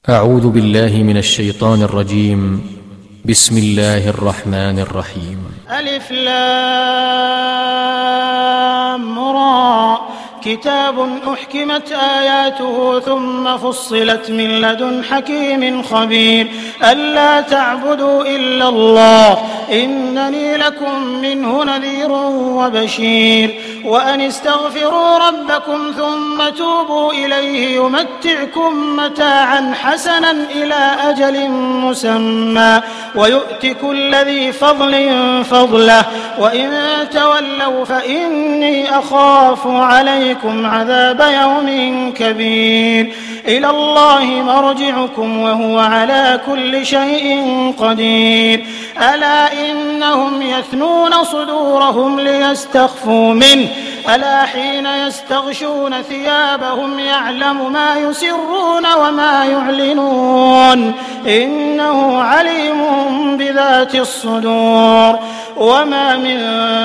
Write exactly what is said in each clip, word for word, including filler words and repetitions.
أعوذ بالله من الشيطان الرجيم. بسم الله الرحمن الرحيم. ألف لام را كتاب أحكمت آياته ثم فصلت من لدن حكيم خبير ألا تعبدوا إلا الله إنني لكم منه نذير وبشير وأن استغفروا ربكم ثم توبوا إليه يمتعكم متاعا حسنا إلى أجل مسمى ويؤت كل ذي فضل فضله وإن تولوا فإني أخاف عليكم عذاب يوم كبير إلى الله مرجعكم وهو على كل شيء قدير ألا إنهم يثنون صدورهم ليستخفوا منه ألا حين يستغشون ثيابهم يعلم ما يسرون وما يعلنون إنه عليم بذات الصدور وما من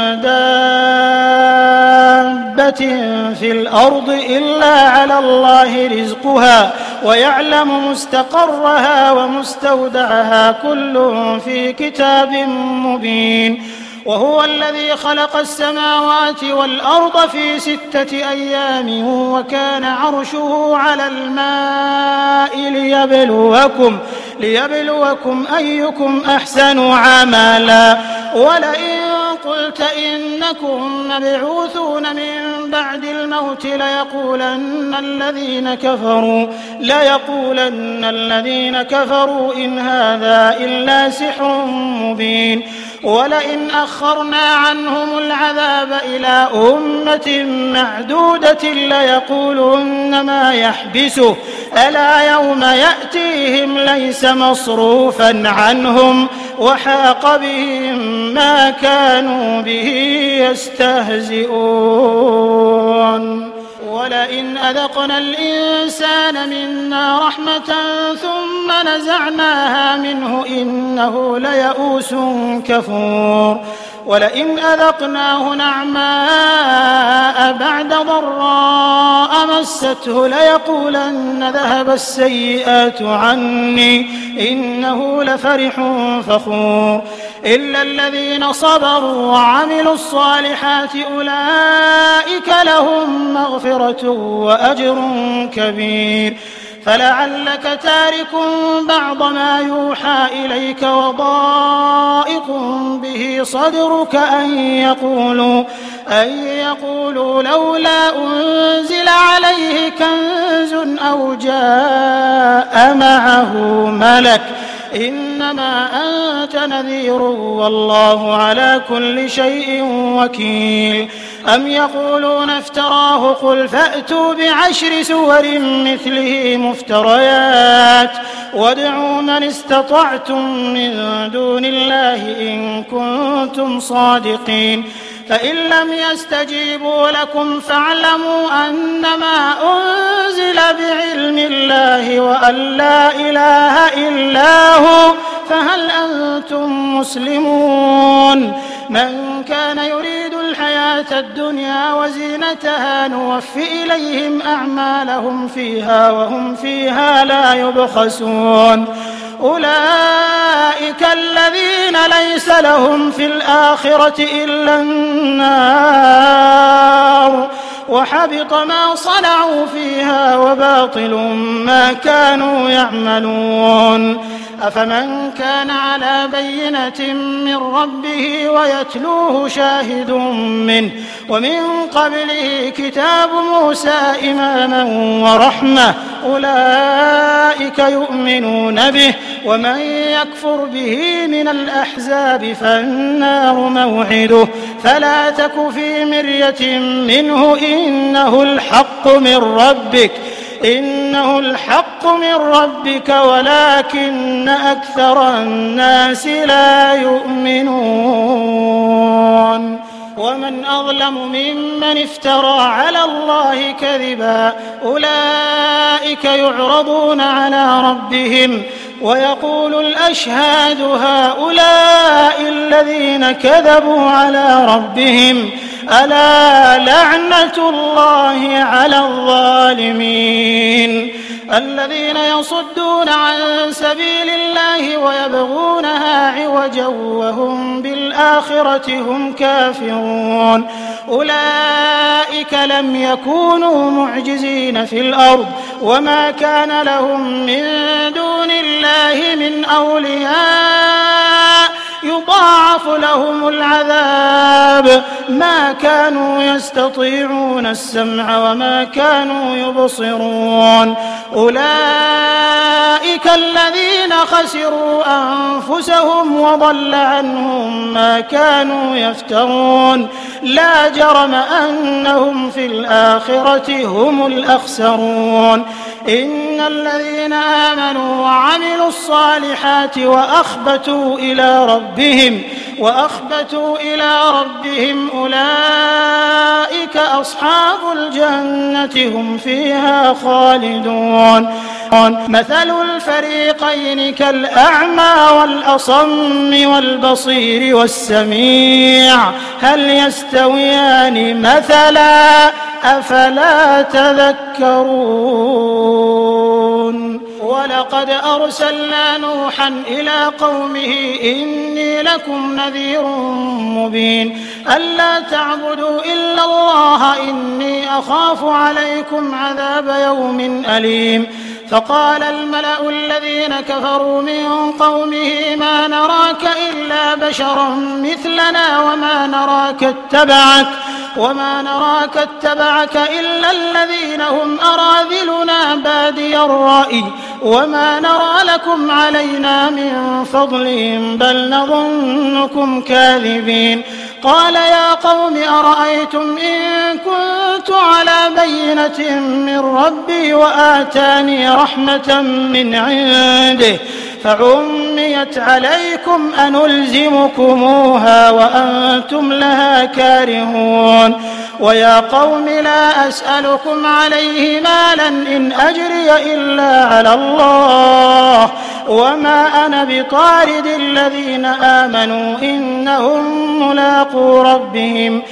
دابة في الأرض إلا على الله رزقها ويعلم مستقرها ومستودعها كل في كتاب مبين وهو الذي خلق السماوات والأرض في ستة أيام وكان عرشه على الماء ليبلوكم, ليبلوكم أيكم أحسن عملا ولئن قلت إنكم مبعوثون من بعد الموت ليقولن الذين كفروا ليقولن الذين كفروا إن هذا إلا سحر مبين ولئن أخرنا عنهم العذاب إلى أمة معدودة ليقولن ما يحبسه ألا يوم يأتيهم ليس مصروفا عنهم وحاق بهم ما كانوا به يستهزئون ولئن أذقنا الإنسان منا رحمة ثم نزعناها منه إنه ليئوس كفور ولئن أذقناه نعماء بعد ضراء مسته ليقولن ذهب السيئات عني إنه لفرح فخور إلا الذين صبروا وعملوا الصالحات أولئك لهم مغفرة وأجر كبير فلعلك تارك بعض ما يوحى إليك وضائق به صدرك أن يقولوا, أن يقولوا لولا أنزل عليه كنز أو جاء معه ملك إنما أنت نذير والله على كل شيء وكيل أم يقولون افتراه قل فأتوا بعشر سور مثله مفتريات وادعوا من استطعتم من دون الله إن كنتم صادقين فإن لم يستجيبوا لكم فاعلموا أنما أنزل بعلم الله وأن لا إله إلا هو فهل أنتم مسلمون من كان يريد الحياة الدنيا وزينتها نوفي إليهم أعمالهم فيها وهم فيها لا يبخسون أولئك الذين ليس لهم في الآخرة إلا النار وحبط ما صنعوا فيها وباطل ما كانوا يعملون أفمن كان على بينة من ربه ويتلوه شاهد منه ومن قبله كتاب موسى إماما ورحمة أولئك يؤمنون به ومن يكفر به من الأحزاب فالنار موعده فلا تك في مرية منه إنه الحق من ربك إنه الحق من ربك ولكن أكثر الناس لا يؤمنون ومن أظلم ممن افترى على الله كذبا أولئك يعرضون على ربهم ويقول الأشهاد هؤلاء الذين كذبوا على ربهم ألا لعنة الله على الظالمين الذين يصدون عن سبيل الله ويبغونها عوجا وهم بالآخرة هم كافرون أولئك لم يكونوا معجزين في الأرض وما كان لهم من دون الله من أولياء يضاعف لهم العذاب ما كانوا يستطيعون السمع وما كانوا يبصرون أولئك الذين خسروا أنفسهم وضل عنهم ما كانوا يفترون لا جرم أنهم في الآخرة هم الأخسرون إن الذين آمنوا وعملوا الصالحات وأخبتوا إلى ربهم وأخبتوا إلى ربهم أولئك أصحاب الجنة هم فيها خالدون مثل الفريقين كالأعمى والأصم والبصير والسميع هل يستويان مثلا أفلا تذكرون ولقد أرسلنا نوحا إلى قومه إني لكم نذير مبين ألا تعبدوا إلا الله إني أخاف عليكم عذاب يوم أليم فقال الملأ الذين كفروا من قومه ما نراك إلا بشرا مثلنا وما نراك اتبعك وما نراك اتبعك إلا الذين هم أراذلنا بادي الرأي وما نرى لكم علينا من فضل بل نظنكم كاذبين قال يا قوم أرأيتم إن كنت على بينة من ربي وآتاني رحمة من عنده فعميت عليكم أنلزمكموها وأنتم لها كارهون ويا قوم لا أسألكم عليه مالا إن أجري إلا على الله وما أنا بطارد الذين آمنوا إنهم ملاقو ربهم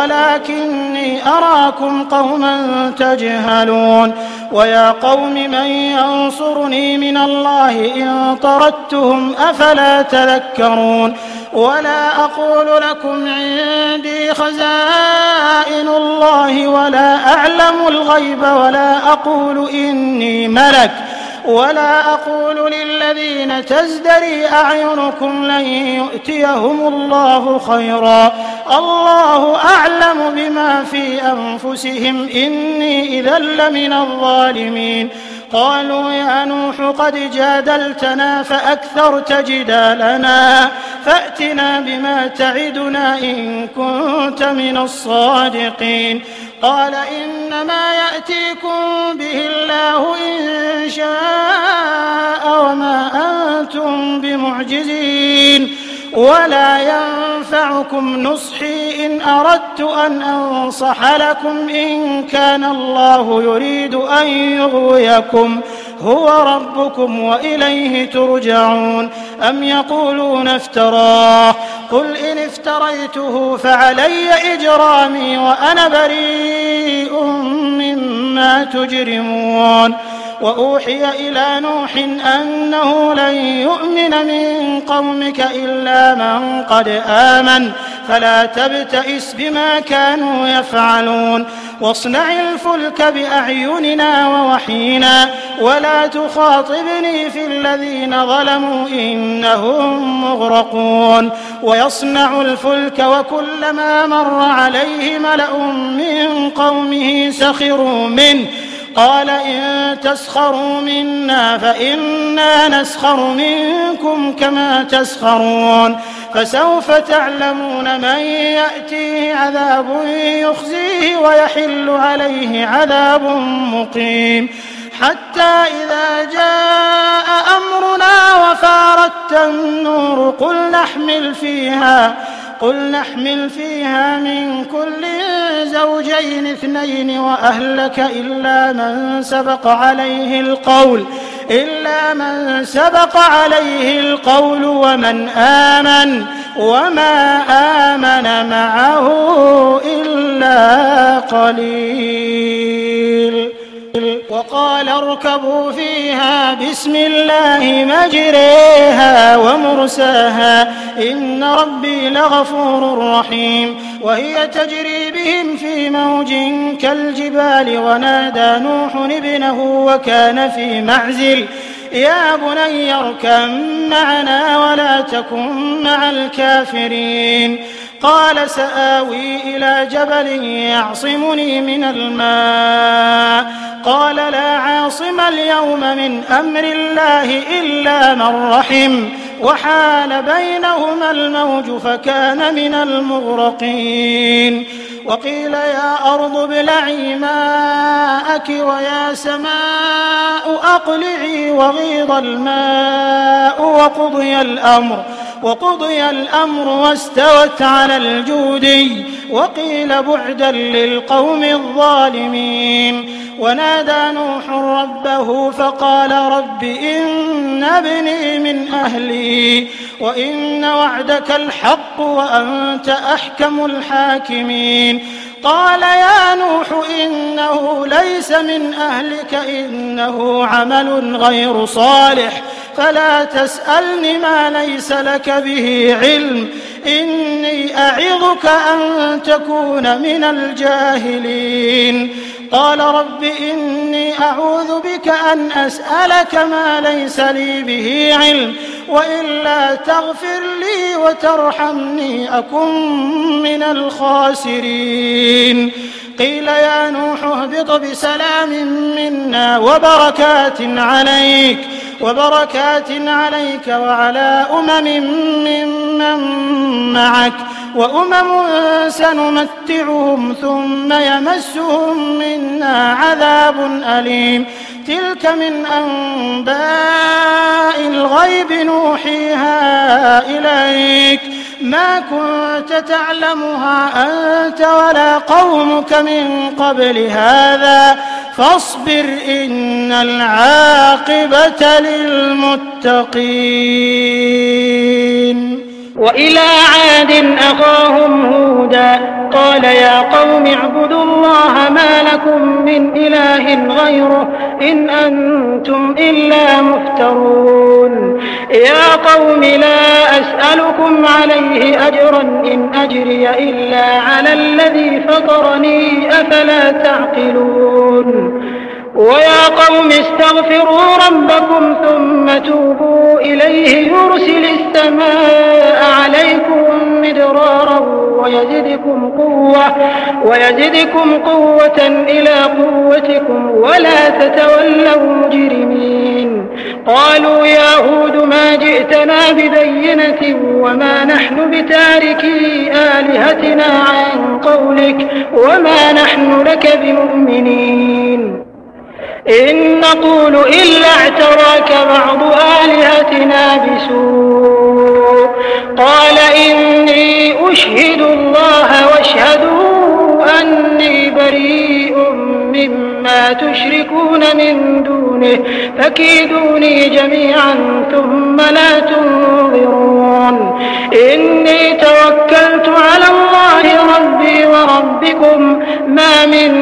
ولكني أراكم قوما تجهلون ويا قوم من ينصرني من الله إن طردتهم أفلا تذكرون ولا أقول لكم عندي خزائن الله ولا أعلم الغيب ولا أقول إني ملك ولا أقول للذين تزدري أعينكم لن يؤتيهم الله خيرا الله أعلم بما في أنفسهم إني إذا لمن الظالمين قالوا يا نوح قد جادلتنا فأكثرت جدالنا فأتنا بما تعدنا إن كنت من الصادقين قال إنما يأتيكم به الله إن شاء وما أنتم بمعجزين ولا ينفعكم نصحي إن أردت أن أنصح لكم إن كان الله يريد أن يغويكم هو ربكم وإليه ترجعون أم يقولون افتراه قل إن افتريته فعلي إجرامي وأنا بريء مما تجرمون وأوحي إلى نوح أنه لن يؤمن من قومك إلا من قد آمن فلا تبتئس بما كانوا يفعلون واصنع الفلك بأعيننا ووحينا ولا تخاطبني في الذين ظلموا إنهم مغرقون ويصنع الفلك وكلما مر عليه ملأ من قومه سخروا منه قال إن تسخروا منا فإنا نسخر منكم كما تسخرون فسوف تعلمون من يأتيه عذاب يخزيه ويحل عليه عذاب مقيم حتى إذا جاء أمرنا وفارت النور قل نحمل فيها قل نحمل فيها من كل زوجين اثنين وأهلك إلا من سبق عليه القول إلا من سبق عليه القول ومن آمن وما آمن معه إلا قليل وقال اركبوا فيها بسم الله مجريها ومرساها إن ربي لغفور رحيم وهي تجري بهم في موج كالجبال ونادى نوح ابنه وكان في معزل يا بني اركب معنا ولا تكن مع الكافرين قال سآوي إلى جبل يعصمني من الماء قال لا عاصم اليوم من أمر الله إلا من رحم وحال بينهما الموج فكان من المغرقين وقيل يا أرض ابلعي ماءك ويا سماء أقلعي وغيض الماء وقضي الأمر وقضي الأمر واستوت على الجودي وقيل بعدا للقوم الظالمين ونادى نوح ربه فقال رب إن ابني من أهلي وإن وعدك الحق وأنت أحكم الحاكمين قال يا نوح إنه ليس من أهلك إنه عمل غير صالح فلا تسألني ما ليس لك به علم إني أعظك أن تكون من الجاهلين قال رب إني أعوذ بك أن أسألك ما ليس لي به علم وإلا تغفر لي وترحمني أكن من الخاسرين قيل يا نوح اهبط بسلام منا وبركات عليك وبركات عليك وعلى أمم ممن معك وأمم سنمتعهم ثم يمسهم منا عذاب أليم تلك من أنباء الغيب نوحيها إليك ما كنت تعلمها أنت ولا قومك من قبل هذا فاصبر إن العاقبة للمتقين وإلى عاد أخاهم هودا قال يا قوم اعبدوا الله ما لكم من إله غيره إن أنتم إلا مفترون يا قوم لا أسألكم عليه أجرا إن أجري إلا على الذي فطرني أفلا تعقلون ويا قوم استغفروا ربكم ثم توبوا إليه يرسل السماء عليكم مدرارا ويزدكم قوة ويزدكم قوة إلى قوتكم ولا تتولوا مجرمين قالوا يا هود ما جئتنا ببينة وما نحن بتاركي آلهتنا عن قولك وما نحن لك بمؤمنين إن نقول إلا اعتراك بعض آلهتنا بسوء قال إني أشهد الله واشهدوا أني بريء مما تشركون من دونه فكيدوني جميعا ثم لا تنظرون إني توكلت على الله ربي وربكم ما من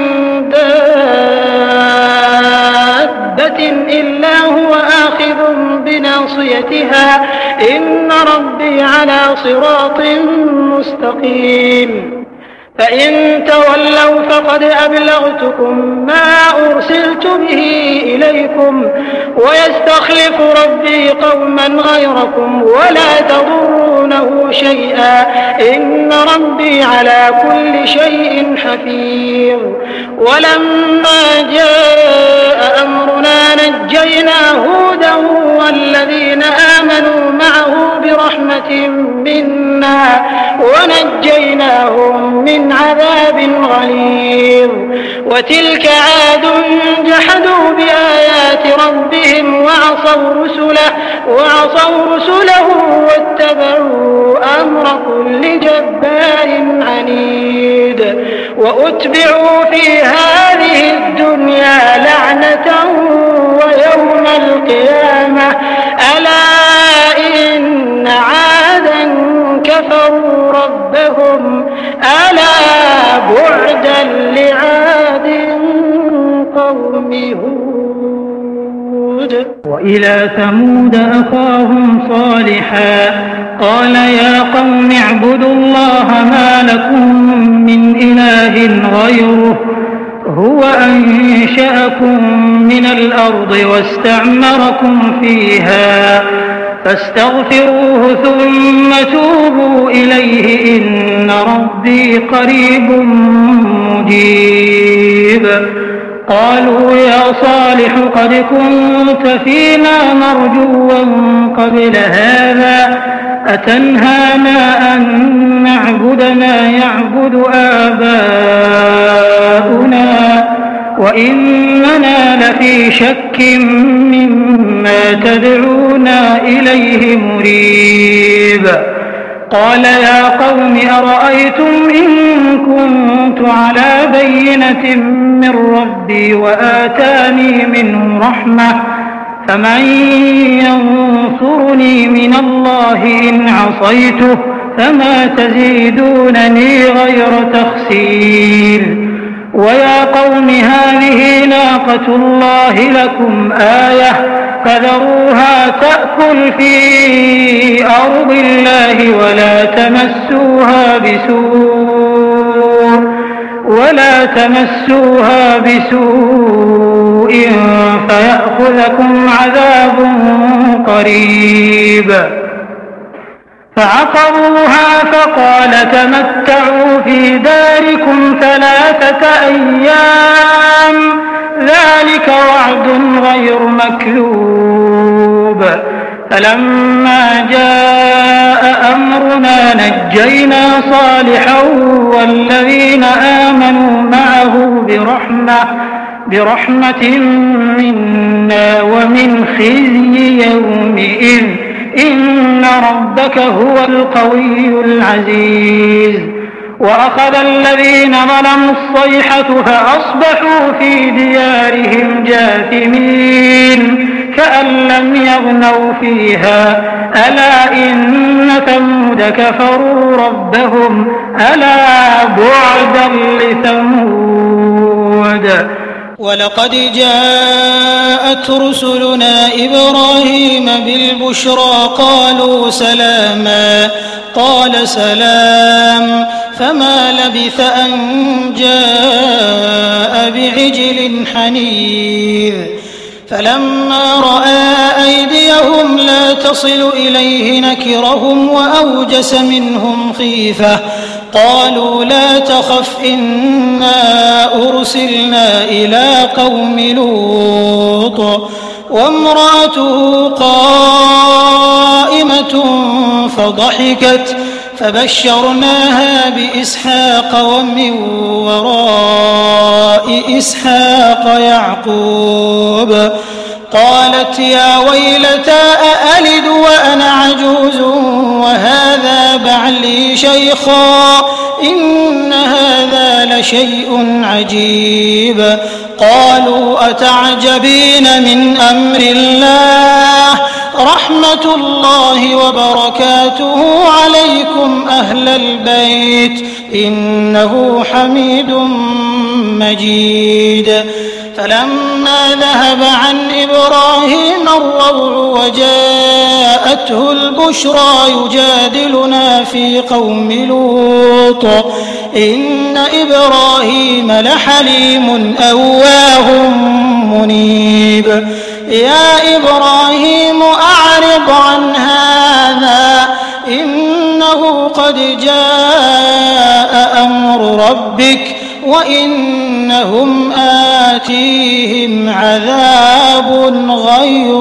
دابة إلا هو آخذ بناصيتها إن ربي على صراط مستقيم فإن تولوا فقد أبلغتكم ما أرسلت به إليكم ويستخلف ربي قوما غيركم ولا تضرونه شيئا إن ربي على كل شيء حفيظ ولما جاء أمرنا نجينا هودا والذين آمنوا معه برحمة منا ونجيناهم من عذاب غليظ وتلك عاد جحدوا بآيات ربهم وعصوا رسله وعصوا رسله واتبعوا أمر كل جبار عنيد وأتبعوا في هذه الدنيا لعنة ويوم القيامة ألا إن عادا كفروا ربهم ألا بعدا لعاد قوم وإلى ثمود أخاهم صالحا قال يا قوم اعبدوا الله ما لكم من إله غيره هو أنشأكم من الأرض واستعمركم فيها فاستغفروه ثم توبوا إليه إن ربي قريب مجيب. قالوا يا صالح قد كنت فينا مرجوا قبل هذا أتنهانا أن نعبد ما يعبد آباؤنا وإننا لفي شك مما تدعونا إليه مريب. قال يا قوم أرأيتم إن كنت على بينة من ربي وآتاني منه رحمة فمن ينصرني من الله إن عصيته فما تزيدونني غير تخسير. ويا قوم هذه ناقة الله لكم آية فذروها تأكل في أرض الله ولا تمسوها بسوء ولا تمسوها بسوء فيأخذكم عذاب قريب. فعقروها فقال تمتعوا في داركم ثلاثة أيام ذلك وعد غير مكذوب. فلما جاء أمرنا نجينا صالحا والذين آمنوا معه برحمة برحمة منا ومن خزي يومئذ إن ربك هو القوي العزيز. وأخذ الذين ظلموا الصيحة فأصبحوا في ديارهم جاثمين كأن لم يغنوا فيها ألا إن ثمود كفروا ربهم ألا بعدا لثمود. ولقد جاءت رسلنا إبراهيم بالبشرى قالوا سلاما قال سلام فما لبث أن جاء بعجل حنيذ. فلما رأى أيديهم لا تصل إليه نكرهم وأوجس منهم خيفة قالوا لا تخف إنا أرسلنا إلى قوم لوط وامرأته قائمة فضحكت فبشرناها بإسحاق ومن وراء إسحاق يعقوب. قالت يا ويلتى أألد وأنا عجوز وهذا بعلي شيخا إن هذا لشيء عجيب. قالوا أتعجبين من أمر الله رحمة الله وبركاته عليكم أهل البيت إنه حميد مجيد. فلما ذهب عن إبراهيم الروع وجاءته البشرى يجادلنا في قوم لوط إن إبراهيم لحليم أواه منيب. يا إبراهيم أعرض عن هذا إنه قد جاء أمر ربك وإنهم آتيهم عذاب غير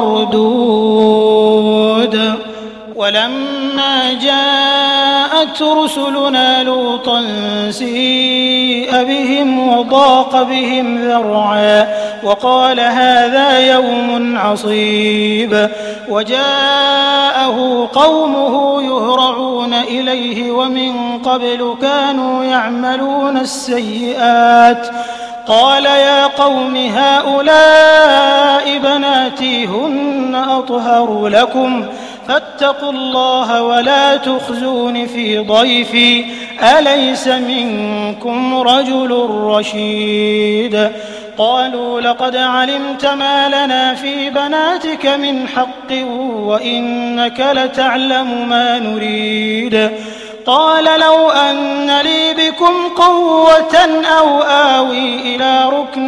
مردود. ولما جاءت رسلنا لوطا سيء بهم وضاق بهم ذرعا وقال هذا يوم عصيب. وجاءه قومه يهرعون إليه ومن قبل كانوا يعملون السيئات قال يا قوم هؤلاء بناتي هن أطهر لكم فاتقوا الله ولا تخزون في ضيفي أليس منكم رجل رشيد. قالوا لقد علمت ما لنا في بناتك من حق وإنك لتعلم ما نريد. قال لو أن لي بكم قوة أو آوي إلى ركن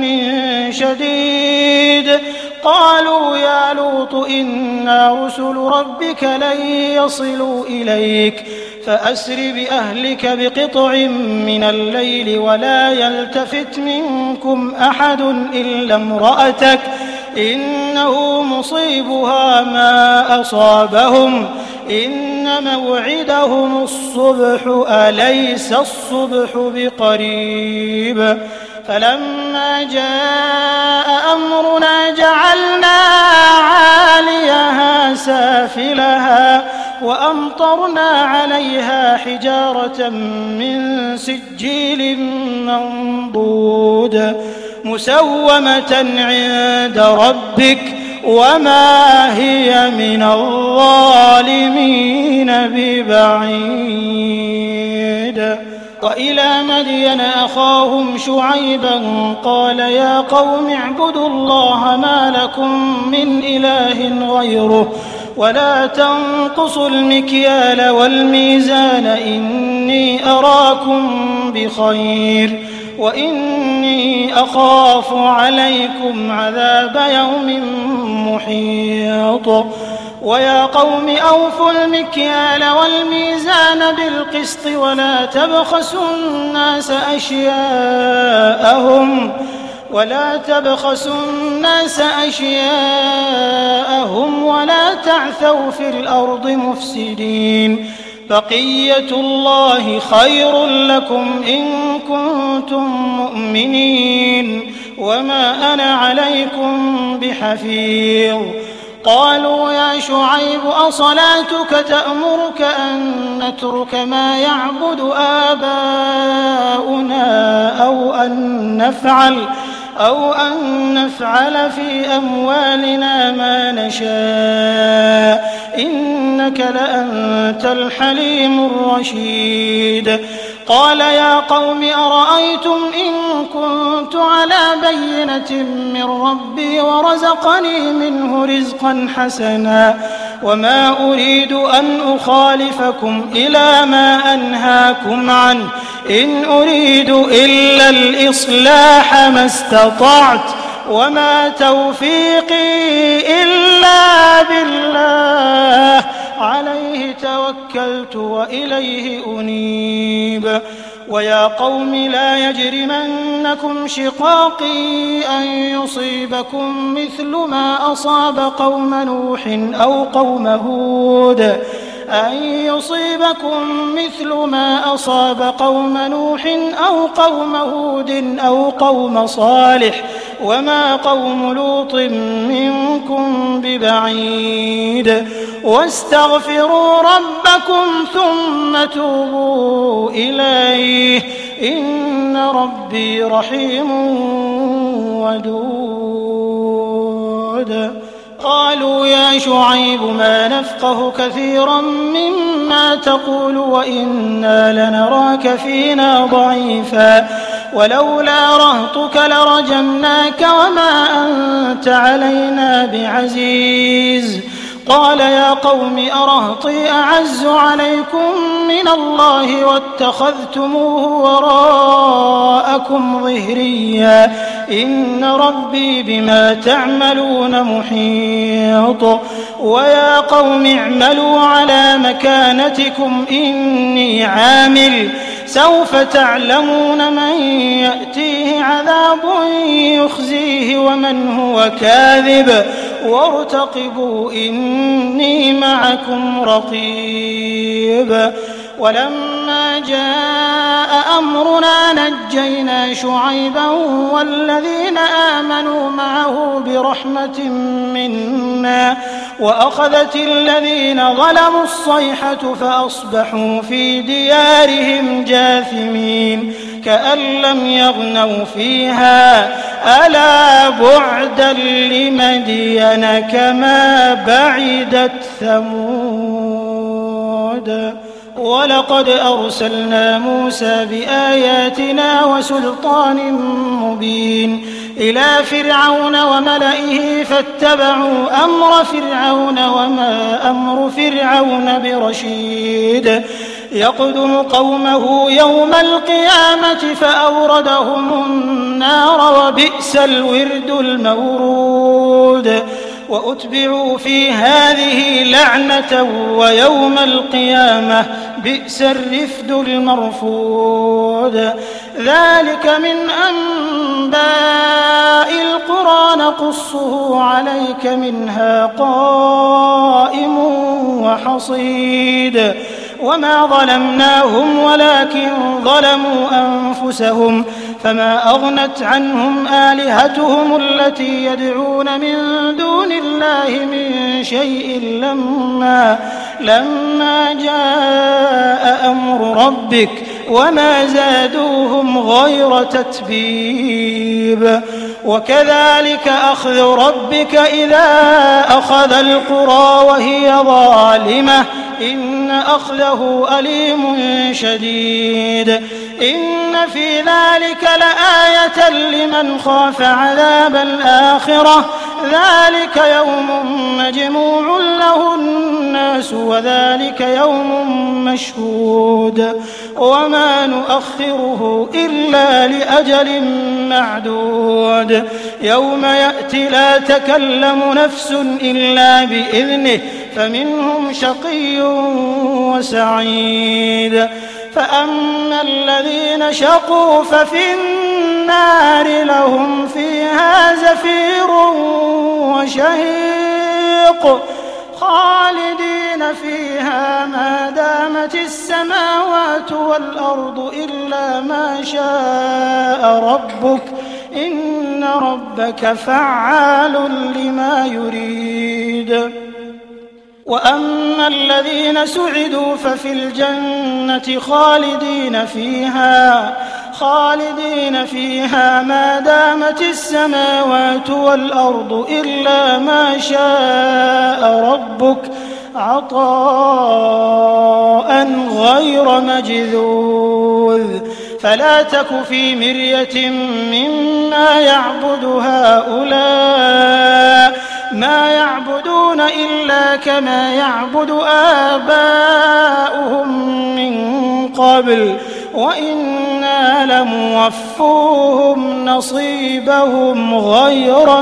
شديد. قالوا يا لوط إنا رسل ربك لن يصلوا إليك فأسر بأهلك بقطع من الليل ولا يلتفت منكم أحد إلا امرأتك إنه مصيبها ما أصابهم إن موعدهم الصبح أليس الصبح بقريب. فلما جاء أمرنا جعلنا عاليها سافلها وأمطرنا عليها حجارة من سجيل منضود مسومة عند ربك وما هي من الظالمين ببعيد. وإلى مدين أخاهم شعيبا قال يا قوم اعبدوا الله ما لكم من إله غيره ولا تنقصوا المكيال والميزان إني أراكم بخير وإني أخاف عليكم عذاب يوم محيط. ويا قوم أوفوا المكيال والميزان بالقسط ولا تبخسوا الناس أشياءهم ولا تبخسوا الناس أشياءهم ولا تعثوا في الأرض مفسدين. بقية الله خير لكم إن كنتم مؤمنين وما أنا عليكم بحفيظ. قالوا يا شعيب أصلاتك تأمرك أن نترك ما يعبد آباؤنا أو أن نفعل أو أن نفعل في أموالنا ما نشاء إنك لأنت الحليم الرشيد. قال يا قوم أرأيتم إن كنت على بينة من ربي ورزقني منه رزقا حسنا وما أريد أن أخالفكم إلى ما أنهاكم عنه إن أريد إلا الإصلاح ما استطعت وما توفيقي إلا بالله عليه توكلت وإليه أنيب. ويا قوم لا يجرمنكم شقاقي أن يصيبكم مثل ما أصاب قوم نوح أو قوم هود أن يصيبكم مثل ما أصاب قوم نوح أو قوم هود أو قوم صالح وما قوم لوط منكم ببعيد. واستغفروا ربكم ثم توبوا إليه إن ربي رحيم ودود. قالوا يا شعيب ما نفقه كثيرا مما تقول وإنا لنراك فينا ضعيفا ولولا رهطك لرجمناك وما أنت علينا بعزيز. قال يا قوم أرهطي أعز عليكم من الله واتخذتموه وراءكم ظهريا إن ربي بما تعملون محيط. ويا قوم اعملوا على مكانتكم إني عامل سوف تعلمون من يأتيه عذاب يخزيه ومن هو كاذب وارتقبوا إني معكم رقيب. ولما جاء أمرنا نجينا شعيبا والذين آمنوا معه برحمة منا وأخذت الذين ظلموا الصيحة فأصبحوا في ديارهم جاثمين كأن لم يغنوا فيها ألا بعدا لمدين كما بعدت ثمود. ولقد أرسلنا موسى بآياتنا وسلطان مبين إلى فرعون وملئه فاتبعوا أمر فرعون وما أمر فرعون برشيد يقدم قومه يوم القيامة فأوردهم النار وبئس الورد المورود وأتبعوا في هذه لعنة ويوم القيامة بئس الرفد المرفود ذلك من أنباء القرى نقصه عليك منها قائم وحصيد وما ظلمناهم ولكن ظلموا أنفسهم فما أغنت عنهم آلهتهم التي يدعون من دون الله من شيء لما, لما جاء أمر ربك وما زادوهم غير تتبيب وكذلك أخذ ربك إذا أخذ القرى وهي ظالمة إن أخذه أليم شديد إن في ذلك لآية لمن خاف عذاب الآخرة ذلك يوم مجموع له الناس وذلك يوم مشهود وما نؤخره إلا لأجل معدود يوم يأتي لا تكلم نفس إلا بإذنه فمنهم شقي وسعيد فأما الذين شقوا ففي النار لهم فيها زفير وشهيق خالدين فيها ما دامت السماوات والأرض إلا ما شاء ربك إن ربك فعال لما يريد وأما الذين سعدوا ففي الجنة خالدين فيها خالدين فيها ما دامت السماوات والأرض إلا ما شاء ربك عطاء غير مجذوذ فلا تك في مرية مما يعبد هؤلاء ما يعبدون إلا كما يعبد آباؤهم من قبل وإنا لموفوهم نصيبهم غير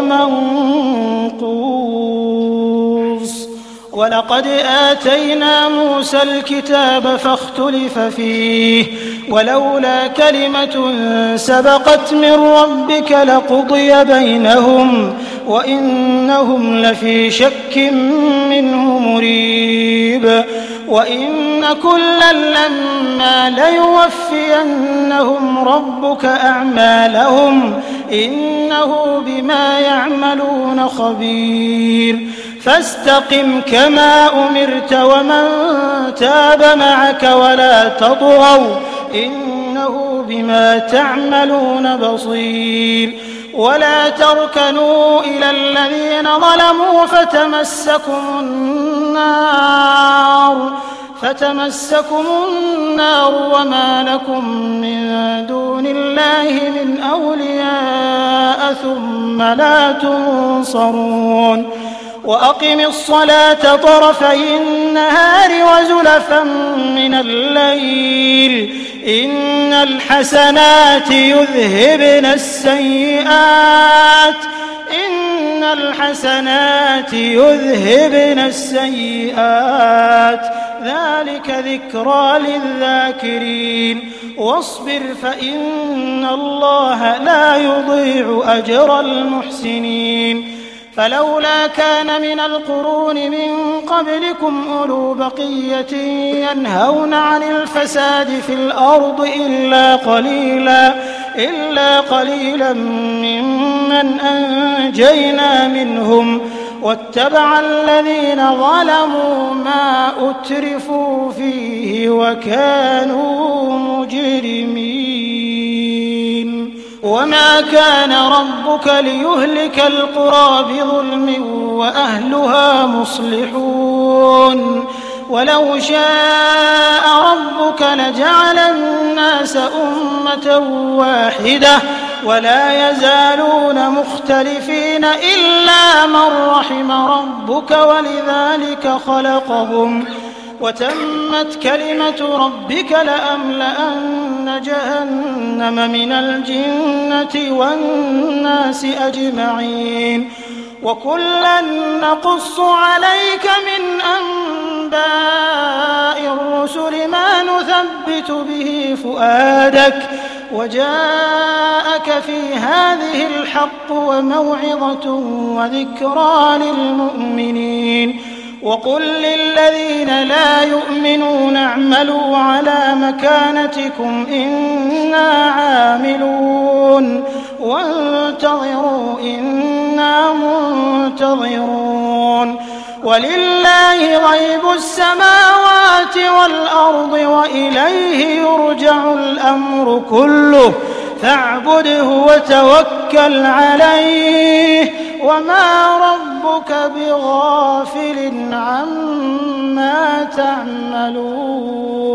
منقوص ولقد آتينا موسى الكتاب فاختلف فيه ولولا كلمة سبقت من ربك لقضي بينهم وإنهم لفي شك منه مريب وإن كلا لما ليوفينهم ربك أعمالهم إنه بما يعملون خبير فاستقم كما أمرت ومن تاب معك ولا تطغوا إنه بما تعملون بصير ولا تركنوا إلى الذين ظلموا فتمسكم النار فتمسكم النار وما لكم من دون الله من أولياء ثم لا تنصرون وأقم الصلاة طرفي النهار وزلفا من الليل إن الحسنات يذهبن السيئات إن الحسنات يذهبن السيئات ذلك ذكرى للذاكرين واصبر فإن الله لا يضيع أجر المحسنين فلولا كان من القرون من قبلكم أولو بقية ينهون عن الفساد في الأرض إلا قليلا إلا قليلا ممن أنجينا منهم واتبع الذين ظلموا ما أترفوا فيه وكانوا مجرمين وما كان ربك ليهلك القرى بظلم وأهلها مصلحون ولو شاء ربك لجعل الناس أمة واحدة ولا يزالون مختلفين إلا من رحم ربك ولذلك خلقهم وتمت كلمة ربك لأملأن جهنم من الجنة والناس أجمعين وكلا نقص عليك من أنباء الرسل ما نثبت به فؤادك وجاءك في هذه الحق وموعظة وذكرى للمؤمنين وقل للذين لا يؤمنون اعملوا على مكانتكم إنا عاملون وانتظروا إنا منتظرون ولله غيب السماوات والأرض وإليه يرجع الأمر كله فاعبده وتوكل عليه وما ربك بغافل عما تعملون.